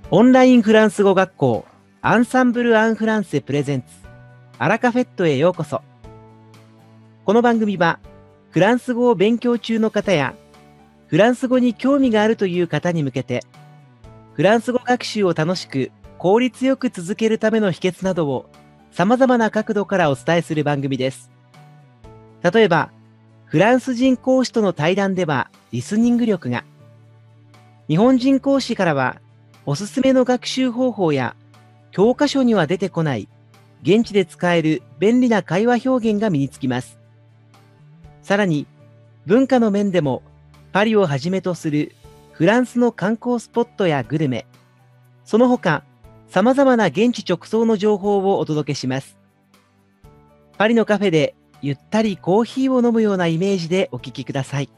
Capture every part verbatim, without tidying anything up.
オンラインフランス語学校アンサンブル・アン・フランセプレゼンツアラカフェットへようこそ。この番組はフランス語を勉強中の方やフランス語に興味があるという方に向けて、フランス語学習を楽しく効率よく続けるための秘訣などをさまざまな角度からお伝えする番組です。例えばフランス人講師との対談ではリスニング力が、日本人講師からはおすすめの学習方法や教科書には出てこない現地で使える便利な会話表現が身につきます。さらに文化の面でもパリをはじめとするフランスの観光スポットやグルメ、その他さまざまな現地直送の情報をお届けします。パリのカフェでゆったりコーヒーを飲むようなイメージでお聞きください。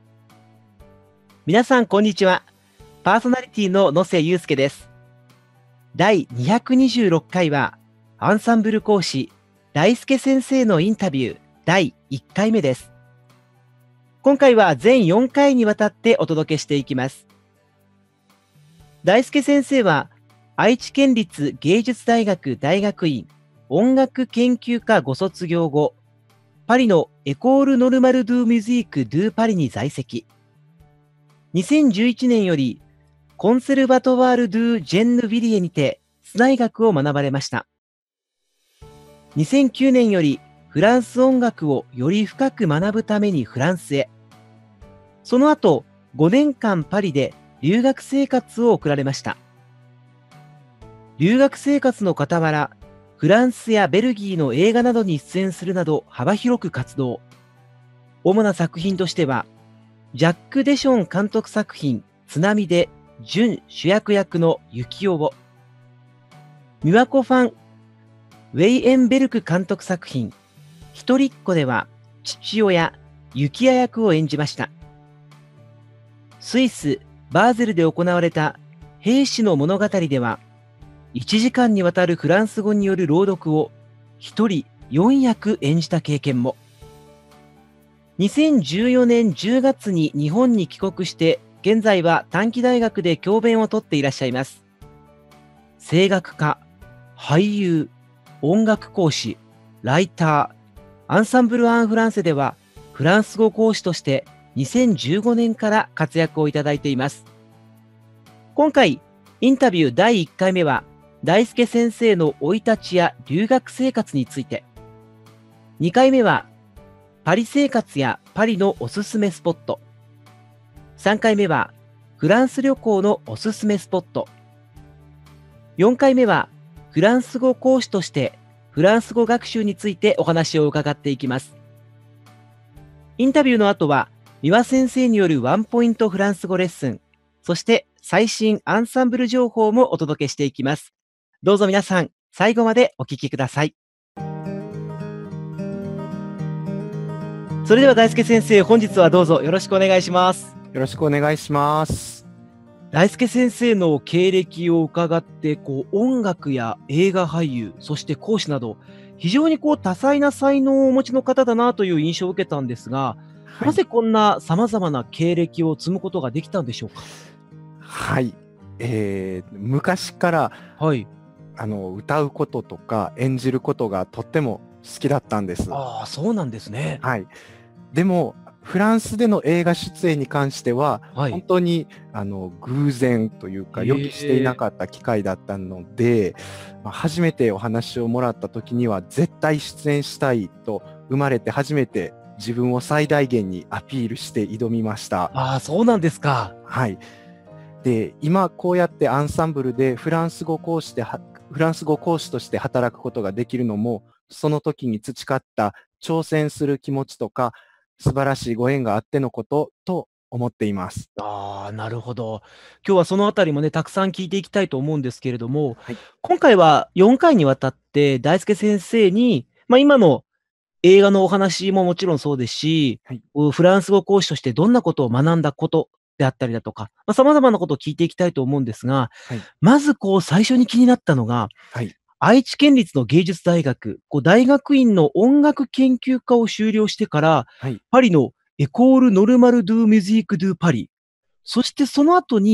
皆さんこんにちは。パーソナリティの野瀬祐介です。だいにひゃくにじゅうろっかいはアンサンブル講師大輔先生のインタビューだいいっかいめです。今回は全よんかいにわたってお届けしていきます。大輔先生は愛知県立芸術大学大学院音楽研究科ご卒業後、パリのエコール・ノルマル・ドゥ・ミュジーク・ドゥ・パリに在籍。にせんじゅういちねんよりコンセルバトワール・ドゥ・ジェンヌ・ヴィリエにてスナイ学を学ばれました。にせんきゅうねんよりフランス音楽をより深く学ぶためにフランスへ。その後ごねんかんパリで留学生活を送られました。留学生活の傍ら、フランスやベルギーの映画などに出演するなど幅広く活動。主な作品としては、ジャック・デション監督作品津波で準主役役の幸男を、ミワコ・ファン・ウェイエンベルク監督作品一人っ子では父親幸也役を演じました。スイス・バーゼルで行われた兵士の物語では、いちじかんにわたるフランス語による朗読を一人よんやく演じた経験も。にせんじゅうよねんじゅうがつに日本に帰国して、現在は短期大学で教鞭をとっていらっしゃいます。声楽家、俳優、音楽講師、ライター、アンサンブル・アン・フランセではフランス語講師としてにせんじゅうごねんから活躍をいただいています。今回インタビューだいいっかいめは大輔先生の生い立ちや留学生活について、にかいめはパリ生活やパリのおすすめスポット、さんかいめはフランス旅行のおすすめスポット、よんかいめはフランス語講師としてフランス語学習についてお話を伺っていきます。インタビューの後は三輪先生によるワンポイントフランス語レッスン、そして最新アンサンブル情報もお届けしていきます。どうぞ皆さん最後までお聞きください。それでは大輔先生、本日はどうぞよろしくお願いします。 よろしくお願いします。 大輔先生の経歴を伺って、こう音楽や映画俳優、そして講師など非常にこう多彩な才能をお持ちの方だなという印象を受けたんですが、 はい、 なぜこんなさまざまな経歴を積むことができたんでしょうか。 はい、えー、昔から、 はい、 あの歌うこととか演じることがとっても好きだったんです。 ああ、そうなんですね。 はい、でもフランスでの映画出演に関しては、はい、本当にあの偶然というか予期していなかった機会だったので、まあ、初めてお話をもらった時には絶対出演したいと、生まれて初めて自分を最大限にアピールして挑みました。 ああ、そうなんですか。 はい。で、今こうやってアンサンブルでフランス語講師でフランス語講師として働くことができるのも、その時に培った挑戦する気持ちとか素晴らしいご縁があってのことと思っています。 ああ、なるほど。今日はそのあたりもね、たくさん聞いていきたいと思うんですけれども、 はい、 今回はよんかいにわたって大輔先生に、まあ、今の映画のお話ももちろんそうですし、はい、フランス語講師としてどんなことを学んだことであったりだとか、まあ、様々なことを聞いていきたいと思うんですが、はい、まずこう最初に気になったのが、はい、愛知県立の芸術大学、こう大学院の音楽研究科を修了してから、はい、パリのエコール・ノルマル・ドゥ・ミュジーク・ドゥ・パリ、そしてその後に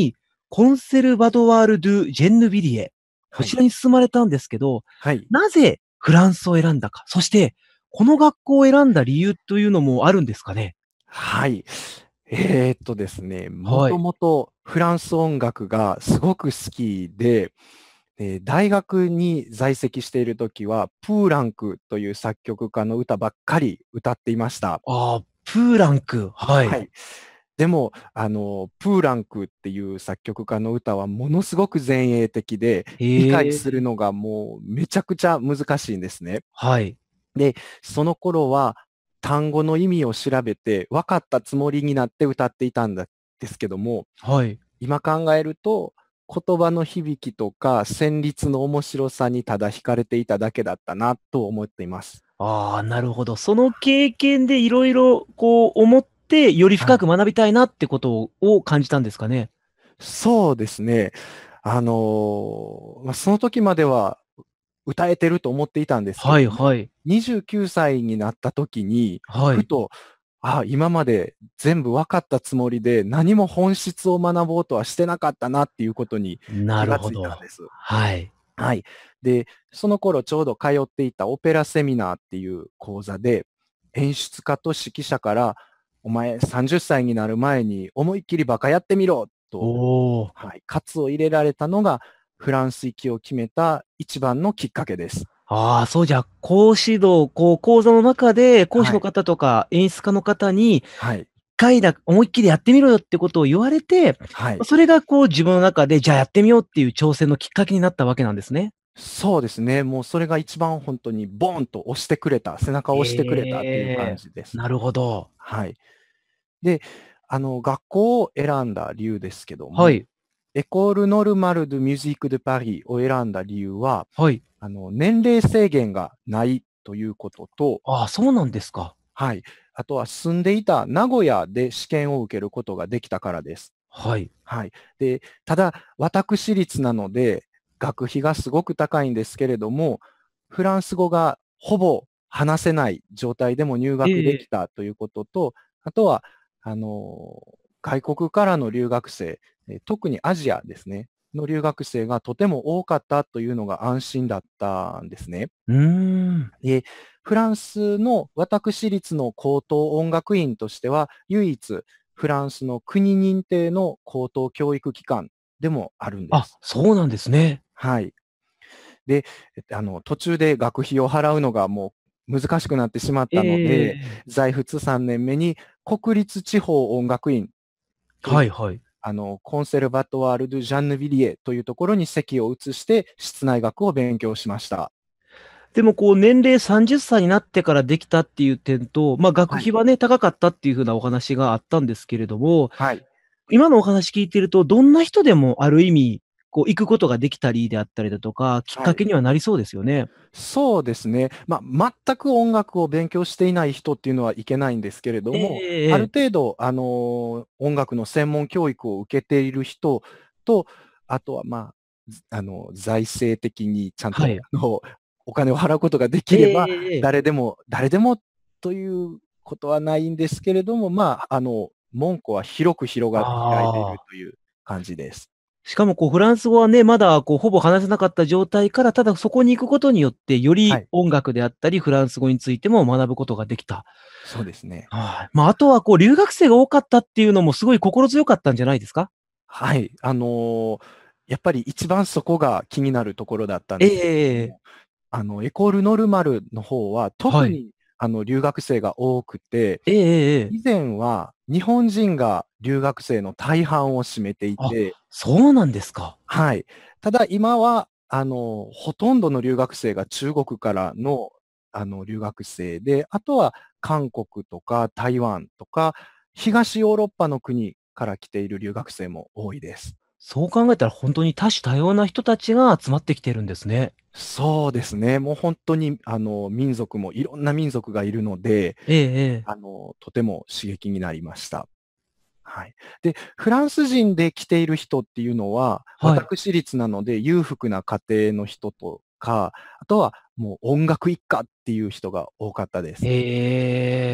コンセルバドワール・ドゥ・ジェンヌビリエ。こはい。 ちらに進まれたんですけど、 はい。 なぜフランスを選んだか、そしてこの学校を選んだ理由というのもあるんですかね？ はい。えーっとですね、もとはい。 もとフランス音楽がすごく好きで、えー大学に在籍している時は、プーランクという作曲家の歌ばっかり歌っていました。 ああ、プーランク、はい。 はい。でも、あの、プーランクっていう作曲家の歌はものすごく前衛的で、理解へえ、 するのがもうめちゃくちゃ難しいんですね。 はい。 で、その頃は単語の意味を調べて分かったつもりになって歌っていたんだですけども、 はい。 今考えると、言葉の響きとか旋律の面白さにただ惹かれていただけだったなと思っています。 ああ、なるほど。その経験でいろいろこう思って、よりはい。 深く学びたいなってことをを感じたんですかね？ そうですね。あの、ま、その時までは歌えてると思っていたんですけはども、 いはい。 にじゅうきゅうさいになった時に、 はい。 ふと、あ、今まで全部分かったつもりで、何も本質を学ぼうとはしてなかったなっていうことにな気がつるほど。 いたんです。 はい。 はい。で、その頃ちょうど通っていたオペラセミナーっていう講座で、演出家と指揮者から、お前さんじゅっさいになる前に思いっきりバカやってみろおと、 お。 はい、喝を入れられたのが、フランス行きを決めた一番のきっかけです。 ああ、そうじゃ、講師道、こう講座の中で、講師のはい。 方とか演出家の方に、 はい。 いっかいだ思いっきりやってみろよってことを言われて、 はい。 それがこう自分の中で、じゃあやってみようっていう挑戦のきっかけになったわけなんですね。 そうですね。もうそれが一番本当にボーンと押してくれた、背中を押してくれたっていう感ええ、 じです。 なるほど。 はい。で、あの、学校を選んだ理由ですけども、 はい、 エコール・ノルマル・ドゥ・ミュージック・ドゥ・パリを選んだ理由は、 はい。 あの、年齢制限がないということと、 ああ、そうなんですか。 はい。あとは住んでいた名古屋で試験を受けることができたからです。 はい。 はい。で、ただ、私立なので、学費がすごく高いんですけれども、フランス語がほぼ話せない状態でも入学できええ、 たということと、あとは、あの、外国からの留学生、え特にアジアですね、の留学生がとても多かったというのが安心だったんですね。 うーん。 で、フランスの私立の高等音楽院としては、唯一フランスの国認定の高等教育機関でもあるんであ、 す。 そうなんですね。 はい。で、えっとあの、途中で学費を払うのがもう難しくなってしまっええたので、 ええええ。 在仏さんねんめに国立地方音楽院という、 はいはい。 あの、コンセルバトワール・ドゥ・ジャンヌ・ビリエというところに籍を移して室内楽を勉強しました。 でもこう年齢さんじゅっさいになってからできたっていう点と、ま、学はい。 費はね、高かったっていう風なお話があったんですけれども、 はい。 今のお話聞いてると、どんな人でもある意味、こう行くことができたりであったりだとか、きっはい。 かけにはなりそうですよね。 そうですね。まあ、全く音楽を勉強していない人っていうのはいけないんですけれどええも、 ええええ。 ある程度、あの、音楽の専門教育を受けている人と、あとは、まあ、ずあの、財政的にちゃんと、 はい。 あの、お金を払うことがでええきれば、 ええええ。 誰でも誰でもということはないんですけれども、まあ、あの、門戸は広く広が開いているああ。 という感じです。 しかもこうフランス語はね、まだこうほぼ話せなかった状態から、ただそこに行くことによって、よはい、 り音楽であったり、フランス語についても学ぶことができた。 そうですね。 はい。まあ、あとはこう留学生が多かったっていうのもすごい心強かったんじゃないですか？ はい、あの、やっぱり一番そこが気になるところだったんええですけええええ。 ども、あの、エコールノルマルの方ははい。 特に、あの、留学生が多くて、 ええええええ。 以前は日本人が留学生の大半を占めていあ、 て、 そうなんですか。 はい。ただ今は、あの、ほとんどの留学生が中国からの、あの、留学生で、あとは韓国とか台湾とか、東ヨーロッパの国から来ている留学生も多いです。 そう考えたらほんとに多種多様な人たちが集まってきてるんですね。 そうですね。もう本当に、あの、民族もいろんな民族がいるので、 ええええ。 あの、とても刺激になりました。はい。で、フランス人で来ている人っていうのは、 はい。 私立なので裕福な家庭の人とか、あとはもう音楽一家っていう人が多かったです。 へえ。 で、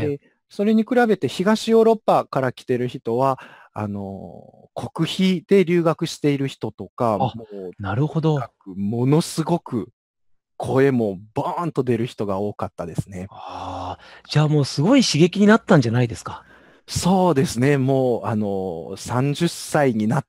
それに比べて東ヨーロッパから来てる人は、あの、国費で留学している人とか、もあ、 う、 なるほど。 ものすごく声もバーンと出る人が多かったですね。 ああ、じゃあもうすごい刺激になったんじゃないですか？ そうですね。もう、あの、さんじゅっさいになって、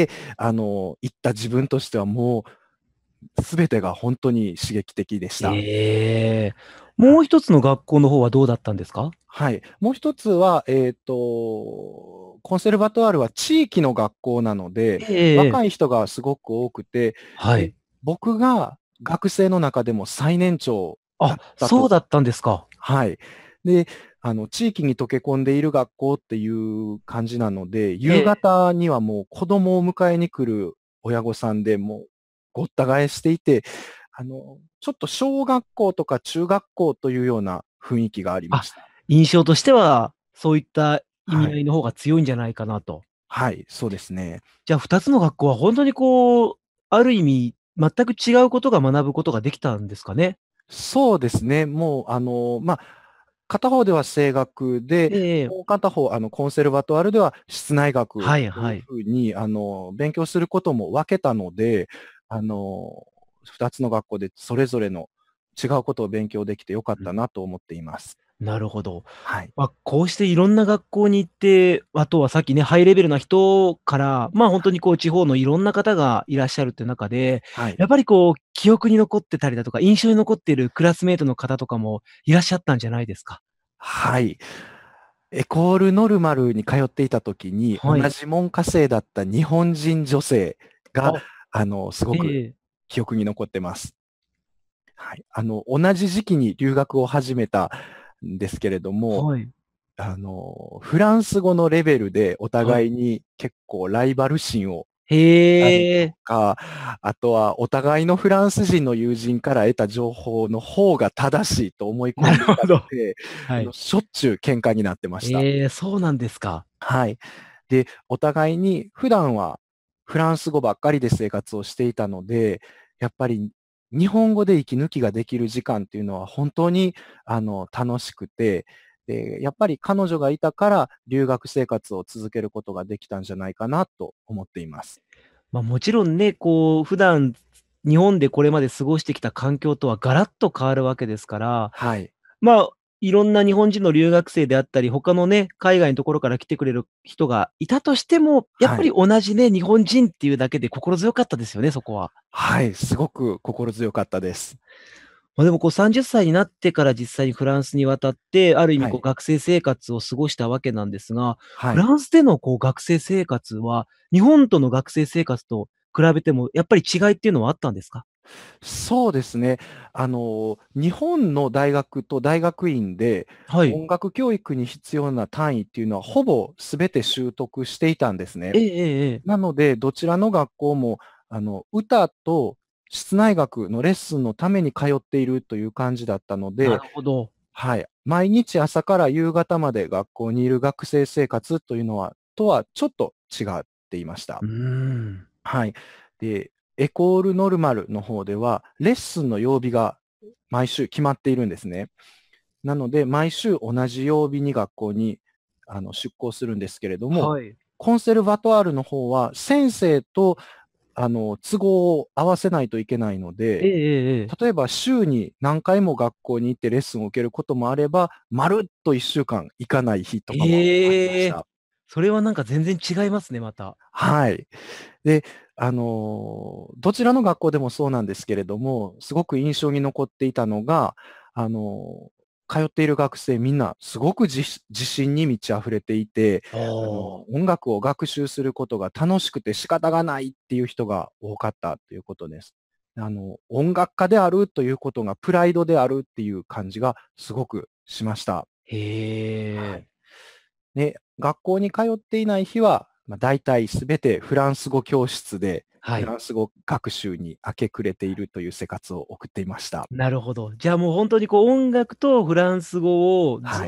あの、行った自分としてはもう、すべてが本当に刺激的でした。 ええ。もう一つの学校の方はどうだったんですか？ はい。もう一つは、えっと、コンセルバトワールは地域の学校なので、 ええええええ。 若い人がすごく多くて、で、 はい。 僕が学生の中でも最年長だあ、 ったと。 そうだったんですか。 はい。で、あの、地域に溶け込んでいる学校っていう感じなので、夕ええ。 方にはもう子供を迎えに来る親御さんでもうごった返していて、あの、ちょっと小学校とか中学校というような雰囲気がありまあ、 した。 印象としては、そういった意はい。 味合いの方が強いんじゃないかなと。 はい、そうですね。 じゃあふたつの学校はほんとにこう、ある意味、全く違うことが学ぶことができたんですかね？ そうですね。もう、あの、ま、片方では声楽で、 ええええ。 もう片方、あの、コンセルバトワールでは室内楽というはいはい。 風に、あの、勉強することも分けたので、あの、ふたつの学校でそれぞれの違うことを勉強できて良かっうん。 たなと思っています。 なるほど。 はい。 ま、こうしていろんな学校に行って、あとはさっきね、ハイレベルな人から、まあ、ほんとにこう地方のいろんな方がいらっしゃるって中で、 はい。 やっぱりこう記憶に残ってたりだとか、印象に残っているクラスメイトの方とかもいらっしゃったんじゃないですか？ はい。エコールノルマルに通っていた時に、同はい。 じ門下生だった日本人女性が、 あ、 あの、すごくええ。 記憶に残ってます。はい。あの、同じ時期に留学を始めたんですけれども、 はい。 あの、フランス語のレベルでおはい。 互いに結構ライバル心をたりとへえ。 か、あとはお互いのフランス人の友人から得た情報の方が正しいと思い込なんでいたのるほど。 で、あの、 はい。 しょっちゅう喧嘩になってました。 ええ、そうなんですか。 はい。で、お互いに普段はフランス語ばっかりで生活をしていたので、やっぱり日本語で息抜きができる時間っていうのは本当にあの楽しくて、で、やっぱり彼女がいたから留学生活を続けることができたんじゃないかなと思っています。 ま、もちろんね、こう普段日本でこれまで過ごしてきた環境とはガラッと変わるわけですから、 はい。 まあ、いろんな日本人の留学生であったり、他のね、海外のところから来てくれる人がいたとしても、やっぱりはい。 同じね、日本人っていうだけで心強かったですよね、そこは。 はい、すごく心強かったです。 ま、でもこうさんじゅっさいになってから実際にフランスに渡って、ある意味はい。 こう学生生活を過ごしたわけなんですが、 はい。 フランスでのこう学生生活は、日本との学生生活と比べてもやっぱり違いっていうのはあったんですか？ そうですね。あの、日本の大学と大学院で、 はい。 音楽教育に必要な単位っていうのは、ほぼ全て習得していたんですね。 ええええええ。 なので、どちらの学校も、あの、歌と室内楽のレッスンのために通っているという感じだったのなで、 るほど。 はい。毎日朝から夕方まで学校にいる学生生活というのはとはちょっと違っていました。 うーん。 はい。で、エコールノルマルの方では、レッスンの曜日が毎週決まっているんですね。なので、毎週同じ曜日に学校にあの出向するんですけれども、 はい。 コンセルバトワールの方は、先生とあの都合を合わせないといけないので、 ええええええ。 例えば週に何回も学校に行ってレッスンを受けることもあれば、まるっといっしゅうかん行かない日とかもありましええ。 た。 それはなんか全然違いますね、また。 はい。で、あの、どちらの学校でもそうなんですけれども、すごく印象に残っていたのが、あの、通っている学生みんなすごくじ自信に満ち溢れていて、 ああの、 あ。 音楽を学習することが楽しくて仕方がないっていう人が多かったということです。あの、音楽家であるということがプライドであるっていう感じがすごくしました。 へえ。 はい。で、学校に通っていない日は、まあ、大体すべてフランス語教室で、 はい。 フランス語学習に明け暮れているという生活を送っていました。 なるほど。じゃあもうほんとにこう音楽とフランス語をずはい。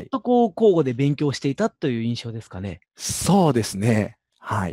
っとこう交互で勉強していたという印象ですかね？ そうですね。はい。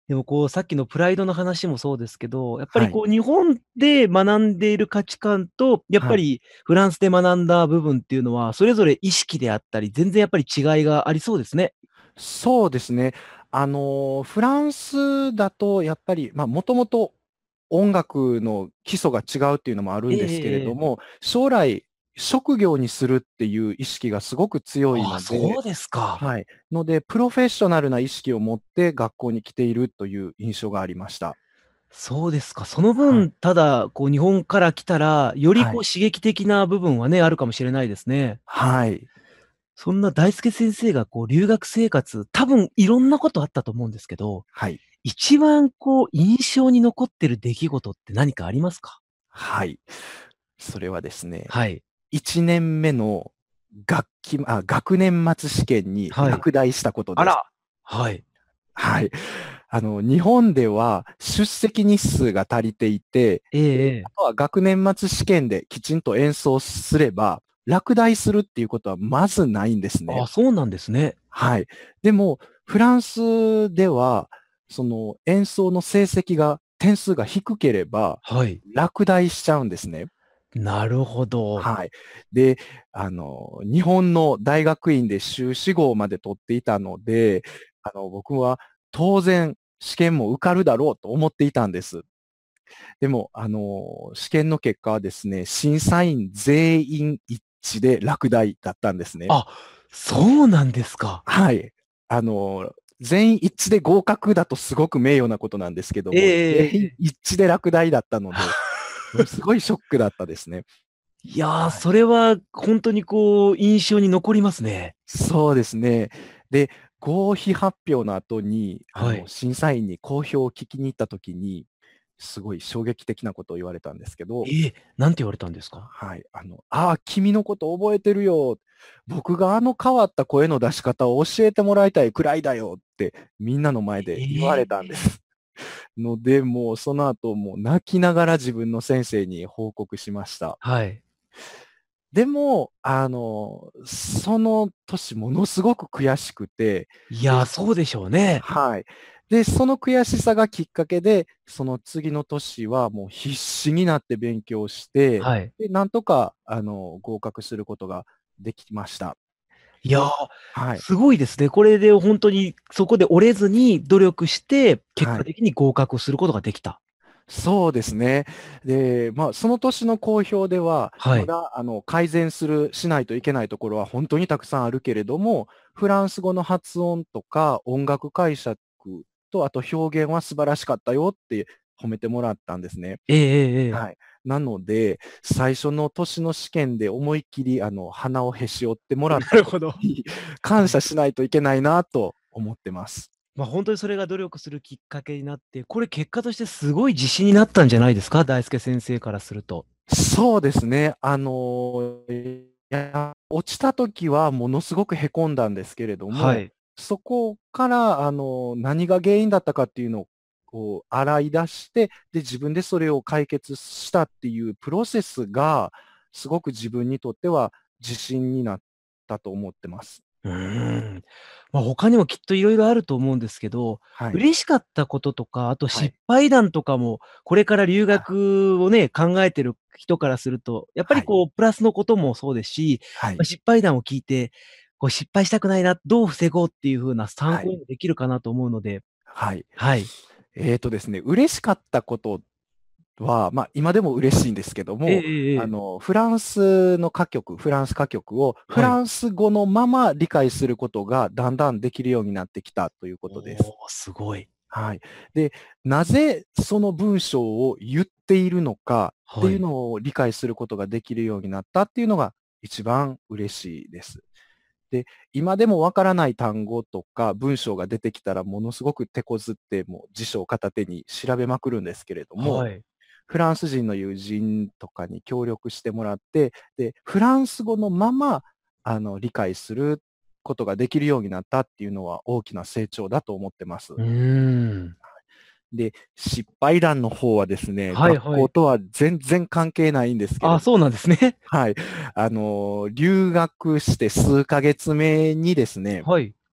でもこう、さっきのプライドの話もそうですけど、やっぱはい。 りこう、日本で学んでいる価値観と、やっはい。 ぱりフランスで学んだ部分っていうのは、それぞれ意識であったり、全然やっぱり違いがありそうですね。 そうですね。あの、フランスだとやっぱり、ま、もともと音楽の基礎が違うっていうのもあるえええんですけれえええ。 ども、将来職業にするっていう意識がすごく強いああ、 ので、 そうですか。 はい。ので、プロフェッショナルな意識を持って学校に来ているという印象がありました。 そうですか。そのはい。 分、ただ、こう日本から来たら、よりはい。 こう刺激的な部分はね、あるかもしれないですね。 はい。 そんな大輔先生がこう留学生活、多分いろんなことあったと思うんですけど、 はい。 一番こう印象に残ってる出来事って何かありますか？ はい。それはですね、 はい。 いちねんめの学期あ、学年末試験にはい。 落第したことです。 あら、はい。 はい。あの、日本では出席日数が足りていて、 ええで、 ええ。 あとは学年末試験できちんと演奏すれば、落第するっていうことはまずないんですね。 あ、そうなんですね。 はい。でも、フランスでは、その演奏の成績が点数が低ければ、 はい。 落第しちゃうんですね。 なるほど。 はい。で、あの、日本の大学院で修士号まで取っていたので、あの、僕は当然試験も受かるだろうと思っていたんです。でも、あの、試験の結果はですね、審査員全員一致で落第だったんですね。 あ、そうなんですか。 はい。あの、全員一致で合格だとすごく名誉なことなんですけどええも、全員ええええ。 一致で落第だったので、もうすごいショックだったですね。 いや、 はい。 それはほんとにこう印象に残りますね。 そうですね。で、合否発表の後に、あの、 はい。 審査員に講評を聞きに行った時に、すごい衝撃的なことを言われたんですけど、 ええ、なんて言われたんですか？ はい、あの、「ああ、君のこと覚えてるよ。僕があの変わった声の出し方を教えてもらいたいくらいだよ」ってみんなの前で言われたんでええ。 す。ので、もうその後、もう泣きながら自分の先生に報告しました。 はい。 でも、あの、その年ものすごく悔しくて、でいや、そうでしょうね。 はい。で、その悔しさがきっかけで、その次の年はもう必死になって勉強して、 はい。 で、なんとかあの、合格することができました。 いや、 で、はい、 すごいですね。これでほんとにそこで折れずに努力して、結はい。 果的に合格することができた。 そうですね。で、まあ、その年の公表では、 はい。 まだあの、改善するしないといけないところはほんとにたくさんあるけれども、フランス語の発音とか音楽解釈と、あと表現は素晴らしかったよって褒めてもらったんですね。 ええええええ。 はい。なので、最初の年の試験で思いっきり、あの、鼻をへし折ってもらったことなるほど。 に感謝しないといけないなと思ってます。 ま、ほんとにそれが努力するきっかけになって、これ結果としてすごい自信になったんじゃないですか？大輔先生からすると。 そうですね。あの、いや、落ちた時はものすごくへこんだんですけれども、 はい。 そこから、あの、何が原因だったかっていうのを、こう洗い出して、で、自分でそれを解決したっていうプロセスが、すごく自分にとっては自信になったと思ってます。 うーん。ま、他にもきっと色々あると思うんですけど、 はい。 嬉しかったこととか、あと失はい。 敗談とかも、これから留あ、 学をね、考えてる人からすると、やっぱはい。 りこうプラスのこともそうですし、ま、 はい。 失敗談を聞いて、こう失敗したくないな、どう防ごうっていう風な参はい。 考にもできるかなと思うので、 はい。 はい。 ええとですね、嬉しかったことは、ま、今でも嬉しいんですけどええも、 ええええ。 あの、フランスの歌曲フランス歌曲をフはい。 ランス語のまま理解することがだんだんできるようになってきたということです。 おお、すごい。 はい。で、なぜその文章を言っているのかってはい。 いうのを理解することができるようになったっていうのが一番嬉しいです。で、今でもわからない単語とか文章が出てきたらものすごく手こずって、もう辞書を片手に調べまくるんですけれども、 はい。 フランス人の友人とかに協力してもらって、で、フランス語のまま、あの、理解することができるようになったっていうのは大きな成長だと思ってます。 うーん。 で、失敗談の方はですね、学はいはい。 校とは全然関係ないんですけれあ、 ど、 そうなんですね。 はい。あの、留学して数ヶ月目にですね、 はい。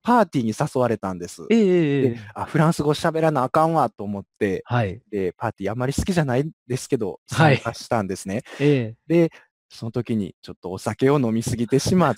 パーティーに誘われたんです。 ええええで、あ、フランス語喋らなあかんわと思って、 はい。 で、パーティーあんまり好きじゃないんですけど、 はい。 参加したんですね。 ええ。 で、その時にちょっとお酒を飲みすぎてしまって、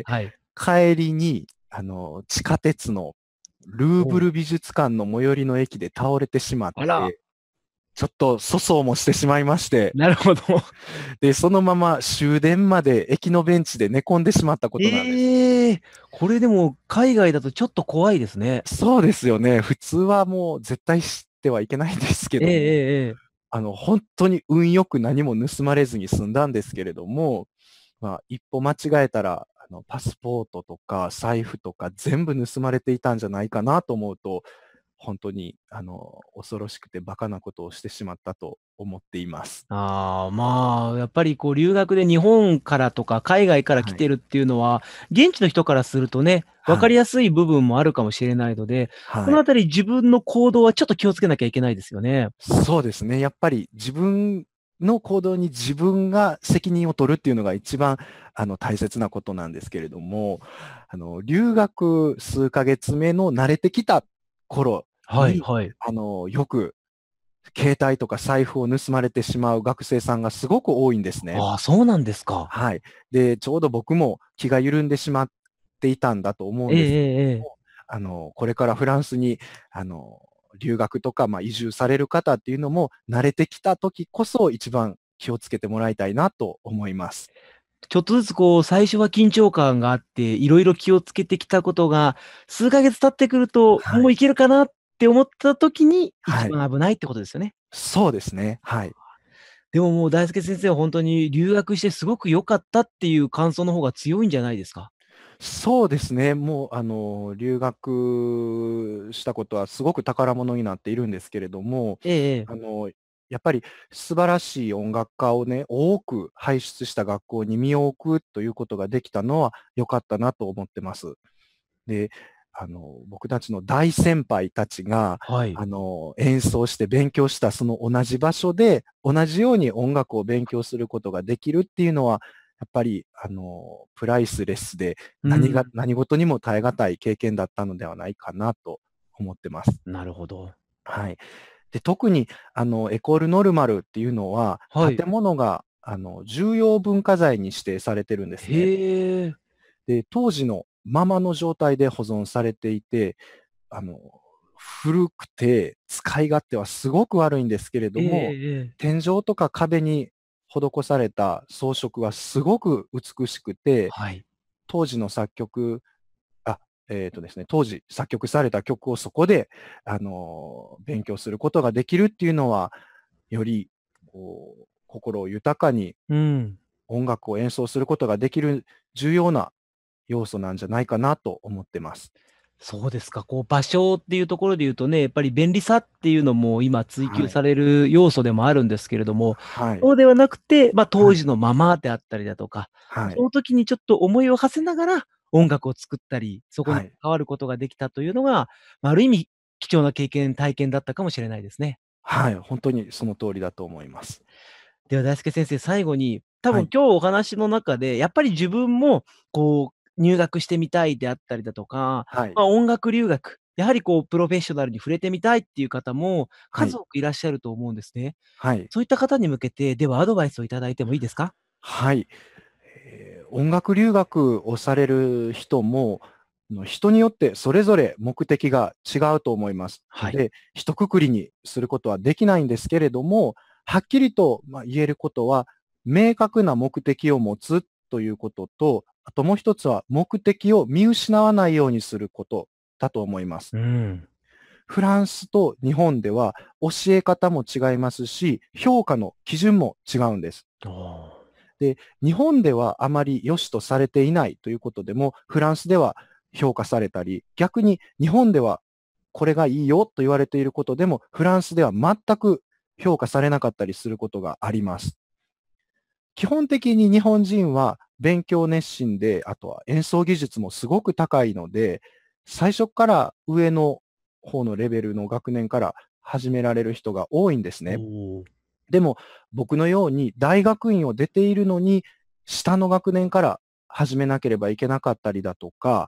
はい。 帰りに、あの、地下鉄のルーおうブル美術館の最寄りの駅で倒れてしまっあら、 て、ちょっと粗相もしてしまいまして、 なるほど。 で、そのまま終電まで駅のベンチで寝込んでしまったことなんです。 ええ、これでも海外だとちょっと怖いですね。 そうですよね。普通はもう絶対知ってはいけないんですけえええども、 えええ。 あの、本当に運よく何も盗まれずに済んだんですけれども、まあ、一歩間違えたら、あの、パスポートとか財布とか全部盗まれていたんじゃないかなと思うと、本当に、あの、恐ろしくてバカなことをしてしまったと思っています。 ああ、まあ、やっぱりこう留学で日本からとか海外から来はい。 てるっていうのは、現地の人からするとね、分かはい。 りやすい部分もあるかもしれないので、こはい。 のあたり自分の行動はちょっと気をつけなきゃいけないですよね。 そうですね。やっぱり自分の行動に自分が責任を取るっていうのが一番、あの、大切なことなんですけれども、あの、留学数ヶ月目の慣れてきた頃に、 はいはい。 あの、よく携帯とか財布を盗まれてしまう学生さんがすごく多いんですね。 ああ、そうなんですか。 はい。で、ちょうど僕も気が緩んでしまっていたんだと思うえええんですけえええ。 ども、あの、これからフランスに、あの、留学とか、まあ、移住される方っていうのも、慣れてきた時こそ一番気をつけてもらいたいなと思います。 ちょっとずつこう、最初は緊張感があって、いろいろ気をつけてきたことが、数ヶ月経ってくると、 はい。 もういけるかなって思った時に、一はい。 番危ないってことですよね。 そうですね。はい。 でももう大輔先生はほんとに留学してすごく良かったっていう感想の方が強いんじゃないですか？ そうですね。もう、あの、留学したことはすごく宝物になっているんですけれども、 ええええ。 あの、やっぱり素晴らしい音楽家をね、多く輩出した学校に身を置くということができたのは良かったなと思ってます。で、あの、僕たちの大先輩たちが、 はい。 あの、演奏して勉強したその同じ場所で、同じように音楽を勉強することができるっていうのは、やっぱり、あの、プライスレスで、何がうん、 何事にも耐え難い経験だったのではないかなと思ってます。 なるほど。 はい。で、特に、あの、エコールノルマルっていうのは、 はい。 建物が、あの、重要文化財に指定されてるんですね。 へえ。 で、当時のままの状態で保存されていて、あの、古くて使い勝手はすごく悪いんですけれえええども、 えええ。 天井とか壁に施された装飾はすごく美しくて、 はい。 当時の作曲あ、えっとですね、当時作曲された曲をそこで、あの、勉強することができるっていうのは、より、こう、心を豊かにうん。 音楽を演奏することができる重要な要素なんじゃないかなと思ってます。 そうですか。こう場所っていうところで言うとね、やっぱり便利さっていうのも今追求はい。 される要素でもあるんですけれども、 はい。 そうではなくて、ま、当はい。 時のままであったりだとか、 はい。 その時にちょっと思いを馳せながら音楽を作ったり、そこにはい。 関わることができたというのが、ま、ある意味貴重な経験、体験だったかもしれないですね。 はい、ほんとにその通りだと思います。 では大輔先生、最後に、多はい。 分今日お話の中で、やっぱり自分もこう入学してみたいであったりだとか、 はい。 ま、音楽留学、やはりこうプロフェッショナルに触れてみたいっていう方もはい。 数多くいらっしゃると思うんですね。 はい。 そういった方に向けて、ではアドバイスをいただいてもいいですか？ はい。えー音楽留学をされる人も、の、人によってそれぞれ目的が違うと思います。 はい。 ので、一括りにすることはできないんですけれども、はっきりと、ま、言えることは、明確な目的を持つということと、あともう一つは目的を見失わないようにすることだと思います。 うん。 フランスと日本では教え方も違いますし、評価の基準も違うんです。 ああ。 で、日本ではあまり良しとされていないということでも、フランスでは評価されたり、逆に日本ではこれがいいよと言われていることでも、フランスでは全く評価されなかったりすることがあります。基本的に日本人は勉強熱心で、あとは演奏技術もすごく高いので、最初から上の方のレベルの学年から始められる人が多いんですおね。 お。 でも、僕のように大学院を出ているのに、下の学年から始めなければいけなかったりだとか、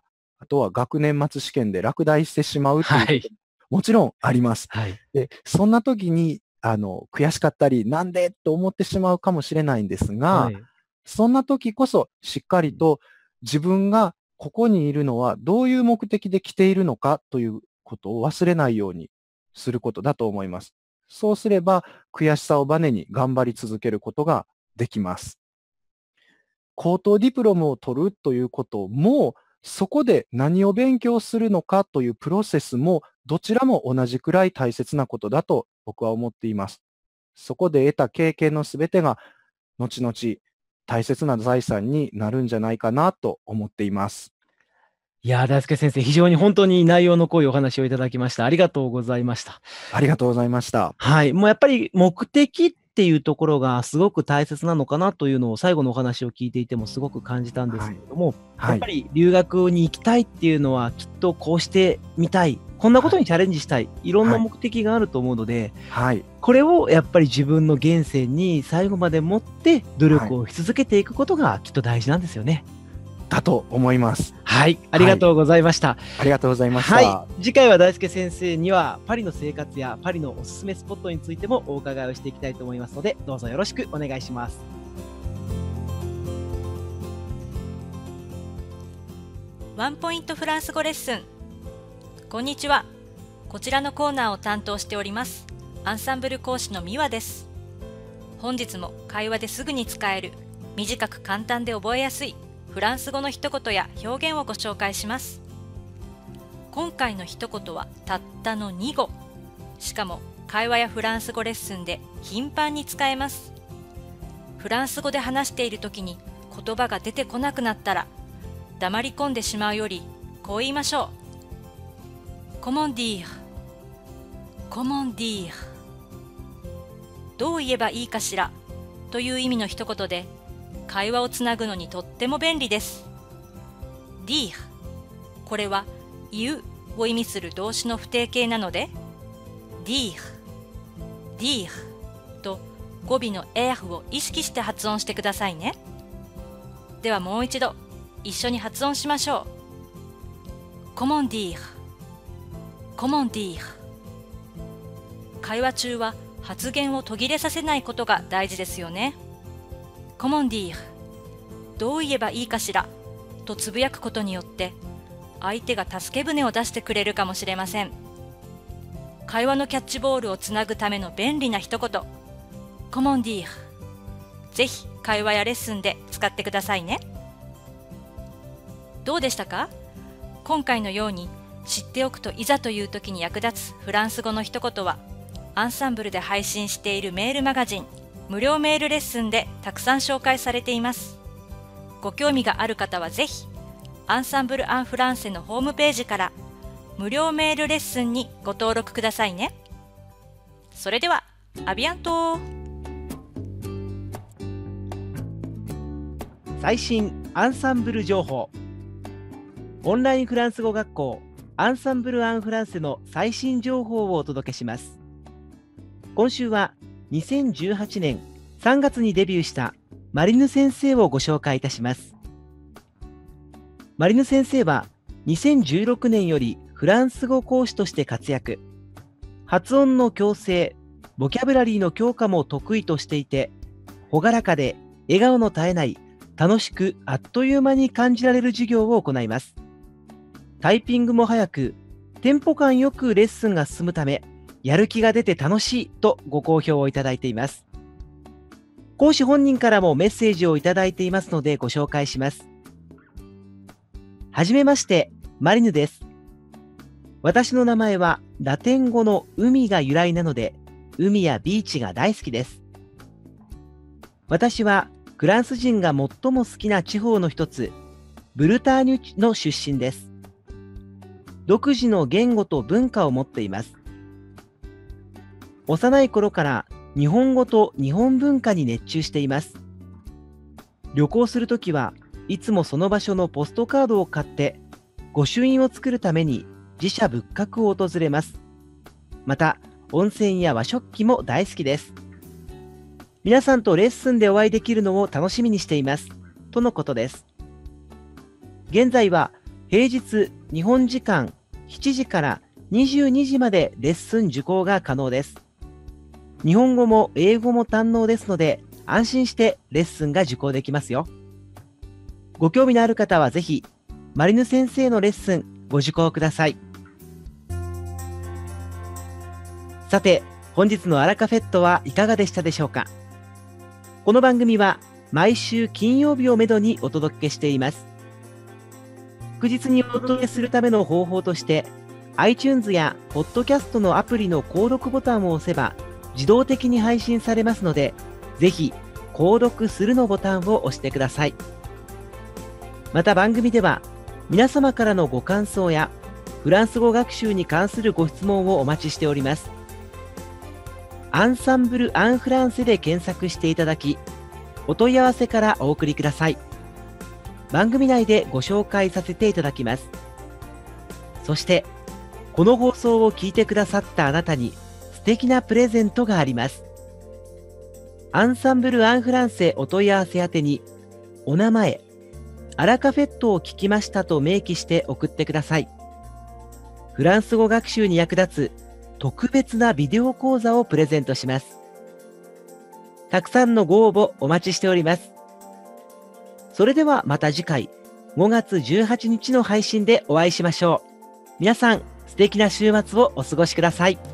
あとは学年末試験で落第してしまうということはい。 ももちろんあります。 はい。 で、そんな時に、あの、悔しかったり、なんでと思ってしまうかもしれないんですが、 はい。 そんな時こそしっかりと自分がここにいるのはどういう目的で来ているのかということを忘れないようにすることだと思います。そうすれば悔しさをバネに頑張り続けることができます。高等ディプロムを取るということも、そこで何を勉強するのかというプロセスも、どちらも同じくらい大切なことだと僕は思っています。そこで得た経験のすべてが、後々大切な財産になるんじゃないかなと思っています。 いやー、大輔先生、非常に本当に内容の濃いお話をいただきました。ありがとうございました。 ありがとうございました。 はい。もうやっぱり目的っていうところがすごく大切なのかなというのを最後のお話を聞いていてもすごく感じたんですけれども、 はい。 やっぱり留学に行きたいっていうのはきっとこうしてみたい。こんなことにチャレンジしたい。いろんな目的があると思うので、 はい。 これをやっぱり自分の源泉に最後まで持って努力をし続けていくことがきっと大事なんですよね。 だと思います。 はい、ありがとうございました。 ありがとうございました。 はい、次回は大輔先生にはパリの生活やパリのおすすめスポットについてもお伺いをしていきたいと思いますので、どうぞよろしくお願いします。 ワンポイントフランス語レッスン。こんにちは。こちらのコーナーを担当しておりますアンサンブル講師のミワです。本日も会話ですぐに使える、短く簡単で覚えやすいフランス語の一言や表現をご紹介します。今回の一言はたったのに語。しかも会話やフランス語レッスンで頻繁に使えます。フランス語で話している時に言葉が出てこなくなったら、黙り込んでしまうよりこう言いましょう。Comment dire?Comment dire? どう言えばいいかしらという意味の一言で、会話をつなぐのにとっても便利です。dire、これは言うを意味する動詞の不定形なので、dire、dire と語尾の er を意識して発音してくださいね。ではもう一度一緒に発音しましょう。Comment dire?Comment dire? 会話中は発言を途切れさせないことが大事ですよね。Comment dire? どう言えばいいかしらとつぶやくことによって相手が助け舟を出してくれるかもしれません。会話のキャッチボールをつなぐための便利な一言、Comment dire? ぜひ会話やレッスンで使ってくださいね。どうでしたか？今回のように知っておくといざという時に役立つフランス語の一言は、アンサンブルで配信しているメールマガジン、無料メールレッスンでたくさん紹介されています。ご興味がある方はぜひ、アンサンブル・アン・フランセのホームページから無料メールレッスンにご登録くださいね。それでは、アビアント。 最新アンサンブル情報。オンラインフランス語学校アンサンブル・アン・フランセの最新情報をお届けします。今週はにせんじゅうはちねんさんがつにデビューしたマリヌ先生をご紹介いたします。マリヌ先生はにせんじゅうろくねんよりフランス語講師として活躍。発音の矯正、ボキャブラリーの強化も得意としていて、朗らかで笑顔の絶えない、楽しくあっという間に感じられる授業を行います。タイピングも早く、テンポ感よくレッスンが進むため、やる気が出て楽しいとご好評をいただいています。講師本人からもメッセージをいただいていますのでご紹介します。はじめまして、マリヌです。私の名前はラテン語の海が由来なので、海やビーチが大好きです。私はフランス人が最も好きな地方の一つ、ブルターニュの出身です。独自の言語と文化を持っています。幼い頃から日本語と日本文化に熱中しています。旅行するときはいつもその場所のポストカードを買って御朱印を作るために寺社仏閣を訪れます。また温泉や和食器も大好きです。皆さんとレッスンでお会いできるのを楽しみにしていますとのことです。現在は平日日本時間しちじからにじゅうにじまでレッスン受講が可能です。日本語も英語も堪能ですので、安心してレッスンが受講できますよ。ご興味のある方はぜひ、マリヌ先生のレッスンご受講ください。さて、本日のアラカフェットはいかがでしたでしょうか。この番組は毎週金曜日をめどにお届けしています。確実にお届けするための方法として、iTunes や Podcast のアプリの購読ボタンを押せば自動的に配信されますので、ぜひ購読するのボタンを押してください。また番組では皆様からのご感想やフランス語学習に関するご質問をお待ちしております。アンサンブル・アン・フランセで検索していただき、お問い合わせからお送りください。番組内でご紹介させていただきます。そして、この放送を聞いてくださったあなたに素敵なプレゼントがあります。アンサンブル・アン・フランセお問い合わせ宛てに、お名前、アラカフェットを聞きましたと明記して送ってください。フランス語学習に役立つ特別なビデオ講座をプレゼントします。たくさんのご応募お待ちしております。それではまた次回ごがつじゅうはちにちの配信でお会いしましょう。皆さん素敵な週末をお過ごしください。